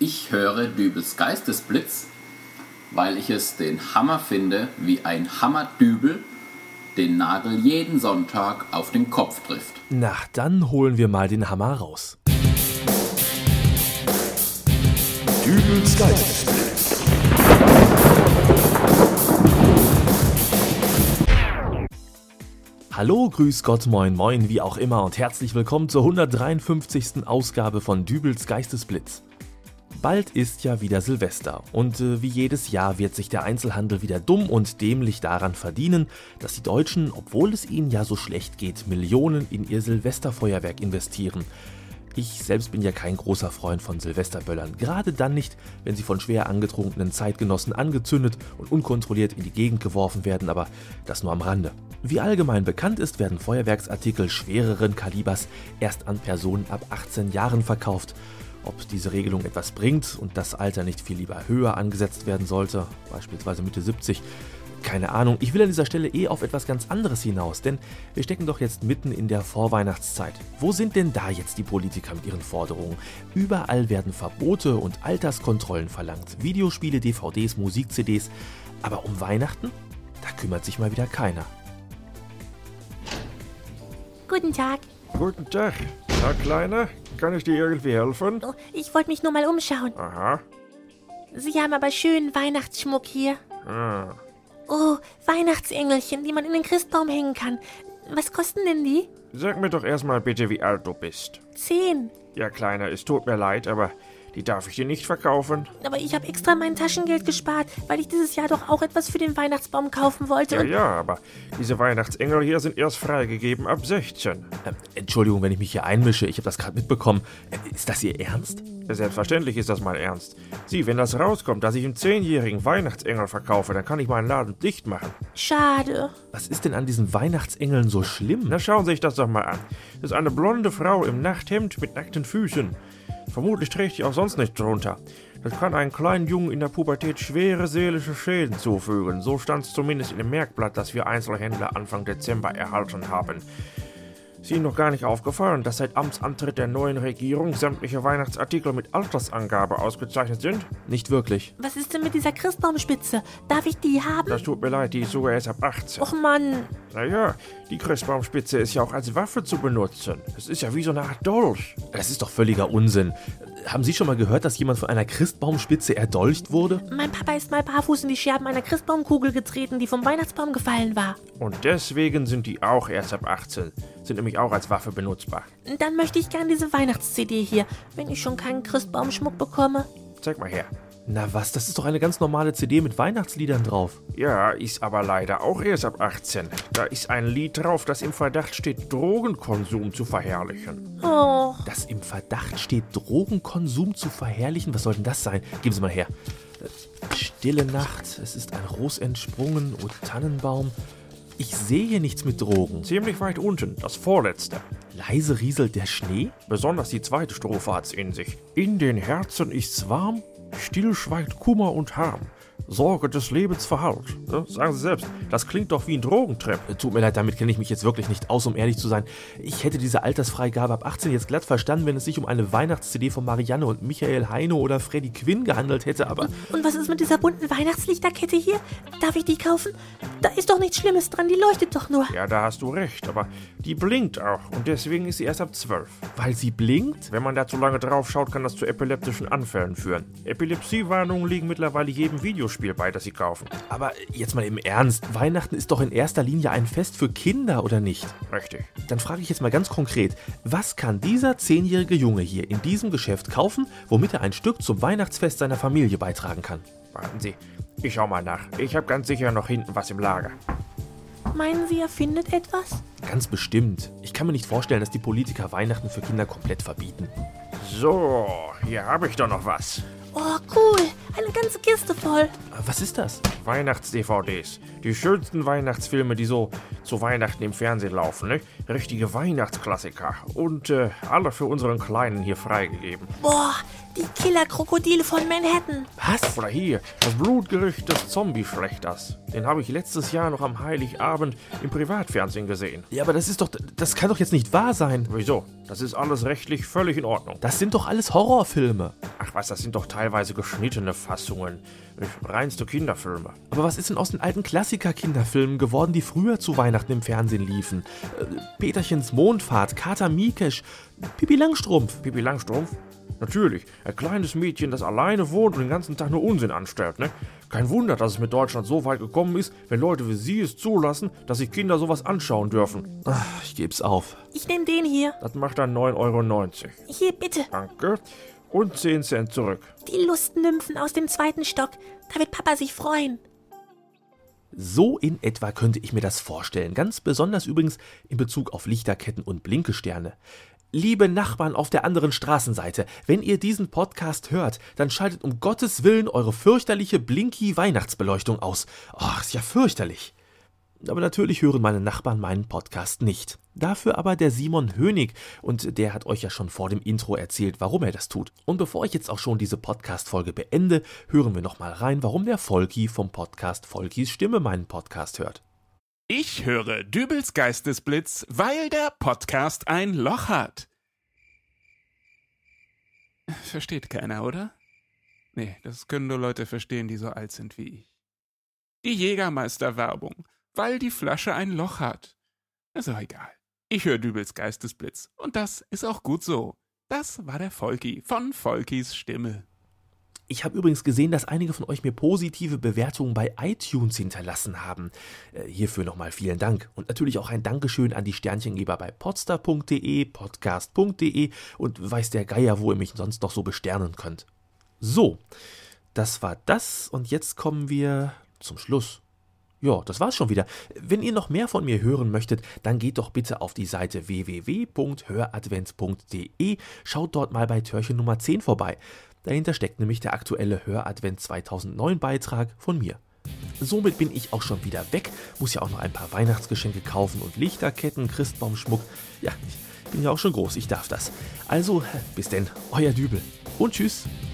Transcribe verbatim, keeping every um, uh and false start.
Ich höre Dübels Geistesblitz, weil ich es den Hammer finde, wie ein Hammerdübel den Nagel jeden Sonntag auf den Kopf trifft. Na, dann holen wir mal den Hammer raus. Dübels Geistesblitz. Hallo, grüß Gott, moin moin, wie auch immer und herzlich willkommen zur hundertdreiundfünfzigsten Ausgabe von Dübels Geistesblitz. Bald ist ja wieder Silvester und äh, wie jedes Jahr wird sich der Einzelhandel wieder dumm und dämlich daran verdienen, dass die Deutschen, obwohl es ihnen ja so schlecht geht, Millionen in ihr Silvesterfeuerwerk investieren. Ich selbst bin ja kein großer Freund von Silvesterböllern, gerade dann nicht, wenn sie von schwer angetrunkenen Zeitgenossen angezündet und unkontrolliert in die Gegend geworfen werden, aber das nur am Rande. Wie allgemein bekannt ist, werden Feuerwerksartikel schwereren Kalibers erst an Personen ab achtzehn Jahren verkauft. Ob diese Regelung etwas bringt und das Alter nicht viel lieber höher angesetzt werden sollte, beispielsweise Mitte siebzig, keine Ahnung. Ich will an dieser Stelle eh auf etwas ganz anderes hinaus, denn wir stecken doch jetzt mitten in der Vorweihnachtszeit. Wo sind denn da jetzt die Politiker mit ihren Forderungen? Überall werden Verbote und Alterskontrollen verlangt, Videospiele, D V Ds, Musik-C Ds, aber um Weihnachten? Da kümmert sich mal wieder keiner. Guten Tag. Guten Tag. Na, Kleiner, kann ich dir irgendwie helfen? Oh, ich wollte mich nur mal umschauen. Aha. Sie haben aber schönen Weihnachtsschmuck hier. Ah. Oh, Weihnachtsengelchen, die man in den Christbaum hängen kann. Was kosten denn die? Sag mir doch erstmal bitte, wie alt du bist. Zehn. Ja, Kleiner, es tut mir leid, aber die darf ich dir nicht verkaufen. Aber ich habe extra mein Taschengeld gespart, weil ich dieses Jahr doch auch etwas für den Weihnachtsbaum kaufen wollte. Ja, und ja, aber diese Weihnachtsengel hier sind erst freigegeben ab sechzehn. Äh, Entschuldigung, wenn ich mich hier einmische, ich habe das gerade mitbekommen. Äh, ist das Ihr Ernst? Selbstverständlich ist das mal ernst. Sieh, wenn das rauskommt, dass ich einen zehnjährigen Weihnachtsengel verkaufe, dann kann ich meinen Laden dicht machen. Schade. Was ist denn an diesen Weihnachtsengeln so schlimm? Na, schauen Sie sich das doch mal an. Das ist eine blonde Frau im Nachthemd mit nackten Füßen. Vermutlich trägt die auch sonst nichts drunter. Das kann einen kleinen Jungen in der Pubertät schwere seelische Schäden zufügen. So stand es zumindest in dem Merkblatt, das wir Einzelhändler Anfang Dezember erhalten haben. Ist Ihnen noch gar nicht aufgefallen, dass seit Amtsantritt der neuen Regierung sämtliche Weihnachtsartikel mit Altersangabe ausgezeichnet sind? Nicht wirklich. Was ist denn mit dieser Christbaumspitze? Darf ich die haben? Das tut mir leid, die ist sogar erst ab achtzehn. Och Mann. Naja, die Christbaumspitze ist ja auch als Waffe zu benutzen. Das ist ja wie so eine Art Dolch. Das ist doch völliger Unsinn. Haben Sie schon mal gehört, dass jemand von einer Christbaumspitze erdolcht wurde? Mein Papa ist mal barfuß in die Scherben einer Christbaumkugel getreten, die vom Weihnachtsbaum gefallen war. Und deswegen sind die auch erst ab achtzehn. Sind nämlich auch als Waffe benutzbar. Dann möchte ich gern diese Weihnachts-C D hier, wenn ich schon keinen Christbaumschmuck bekomme. Zeig mal her. Na was, das ist doch eine ganz normale C D mit Weihnachtsliedern drauf. Ja, ist aber leider auch erst ab achtzehn. Da ist ein Lied drauf, das im Verdacht steht, Drogenkonsum zu verherrlichen. Oh. Das im Verdacht steht, Drogenkonsum zu verherrlichen? Was soll denn das sein? Geben Sie mal her. Stille Nacht, es ist ein Ros entsprungen, o Tannenbaum. Ich sehe hier nichts mit Drogen. Ziemlich weit unten, das vorletzte. Leise rieselt der Schnee? Besonders die zweite Strophe hat's in sich. In den Herzen ist's warm, still schweigt Kummer und Harm. Sorge des Lebens verhallt. Ja, sagen Sie selbst, das klingt doch wie ein Drogentrip. Tut mir leid, damit kenne ich mich jetzt wirklich nicht aus, um ehrlich zu sein. Ich hätte diese Altersfreigabe ab achtzehn jetzt glatt verstanden, wenn es sich um eine Weihnachts-C D von Marianne und Michael Heine oder Freddie Quinn gehandelt hätte, aber... Und was ist mit dieser bunten Weihnachtslichterkette hier? Darf ich die kaufen? Da ist doch nichts Schlimmes dran, die leuchtet doch nur. Ja, da hast du recht, aber die blinkt auch und deswegen ist sie erst ab zwölf. Weil sie blinkt? Wenn man da zu lange drauf schaut, kann das zu epileptischen Anfällen führen. Epilepsiewarnungen liegen mittlerweile jedem Videospiel bei, das sie kaufen. Aber jetzt mal im Ernst, Weihnachten ist doch in erster Linie ein Fest für Kinder, oder nicht? Richtig. Dann frage ich jetzt mal ganz konkret, was kann dieser zehnjährige Junge hier in diesem Geschäft kaufen, womit er ein Stück zum Weihnachtsfest seiner Familie beitragen kann? Warten Sie, ich schau mal nach. Ich habe ganz sicher noch hinten was im Lager. Meinen Sie, er findet etwas? Ganz bestimmt. Ich kann mir nicht vorstellen, dass die Politiker Weihnachten für Kinder komplett verbieten. So, hier habe ich doch noch was. Oh, cool. Eine ganze Kiste voll. Was ist das? Weihnachts-D V Ds. Die schönsten Weihnachtsfilme, die so zu Weihnachten im Fernsehen laufen, ne? Richtige Weihnachtsklassiker. Und äh, alle für unseren Kleinen hier freigegeben. Boah, die Killer-Krokodile von Manhattan. Was? Oder hier, das Blutgericht des Zombie-Schlechters. Den habe ich letztes Jahr noch am Heiligabend im Privatfernsehen gesehen. Ja, aber das ist doch, das kann doch jetzt nicht wahr sein. Wieso? Das ist alles rechtlich völlig in Ordnung. Das sind doch alles Horrorfilme. Ach was, das sind doch teilweise geschnittene Fassungen. Reinste Kinderfilme. Aber was ist denn aus den alten Klassiker-Kinderfilmen geworden, die früher zu Weihnachten im Fernsehen liefen? Äh, Peterchens Mondfahrt, Kater Miekesch, Pippi Langstrumpf. Pippi Langstrumpf? Natürlich, ein kleines Mädchen, das alleine wohnt und den ganzen Tag nur Unsinn anstellt, ne? Kein Wunder, dass es mit Deutschland so weit gekommen ist, wenn Leute wie Sie es zulassen, dass sich Kinder sowas anschauen dürfen. Ach, ich geb's auf. Ich nehme den hier. Das macht dann neun Euro neunzig. Hier, bitte. Danke. Und zehn Cent zurück. Die Lustnymphen aus dem zweiten Stock. Da wird Papa sich freuen. So in etwa könnte ich mir das vorstellen. Ganz besonders übrigens in Bezug auf Lichterketten und Blinkesterne. Liebe Nachbarn auf der anderen Straßenseite, wenn ihr diesen Podcast hört, dann schaltet um Gottes Willen eure fürchterliche Blinky-Weihnachtsbeleuchtung aus. Oh, ist ja fürchterlich. Aber natürlich hören meine Nachbarn meinen Podcast nicht. Dafür aber der Simon Hönig, und der hat euch ja schon vor dem Intro erzählt, warum er das tut. Und bevor ich jetzt auch schon diese Podcast-Folge beende, hören wir nochmal rein, warum der Volki vom Podcast Volkis Stimme meinen Podcast hört. Ich höre Dübels Geistesblitz, weil der Podcast ein Loch hat. Versteht keiner, oder? Nee, das können nur Leute verstehen, die so alt sind wie ich. Die Jägermeister-Werbung, weil die Flasche ein Loch hat. Ist doch egal. Ich höre Dübels Geistesblitz und das ist auch gut so. Das war der Volki von Volkis Stimme. Ich habe übrigens gesehen, dass einige von euch mir positive Bewertungen bei iTunes hinterlassen haben. Äh, hierfür nochmal vielen Dank. Und natürlich auch ein Dankeschön an die Sternchengeber bei podster punkt de, podcast punkt de und weiß der Geier, wo ihr mich sonst noch so besternen könnt. So, das war das und jetzt kommen wir zum Schluss. Ja, das war's schon wieder. Wenn ihr noch mehr von mir hören möchtet, dann geht doch bitte auf die Seite w w w punkt höradvent punkt de, schaut dort mal bei Türchen Nummer zehn vorbei. Dahinter steckt nämlich der aktuelle Höradvent zweitausendneun Beitrag von mir. Somit bin ich auch schon wieder weg, muss ja auch noch ein paar Weihnachtsgeschenke kaufen und Lichterketten, Christbaumschmuck. Ja, ich bin ja auch schon groß, ich darf das. Also, bis denn, euer Dübel und tschüss.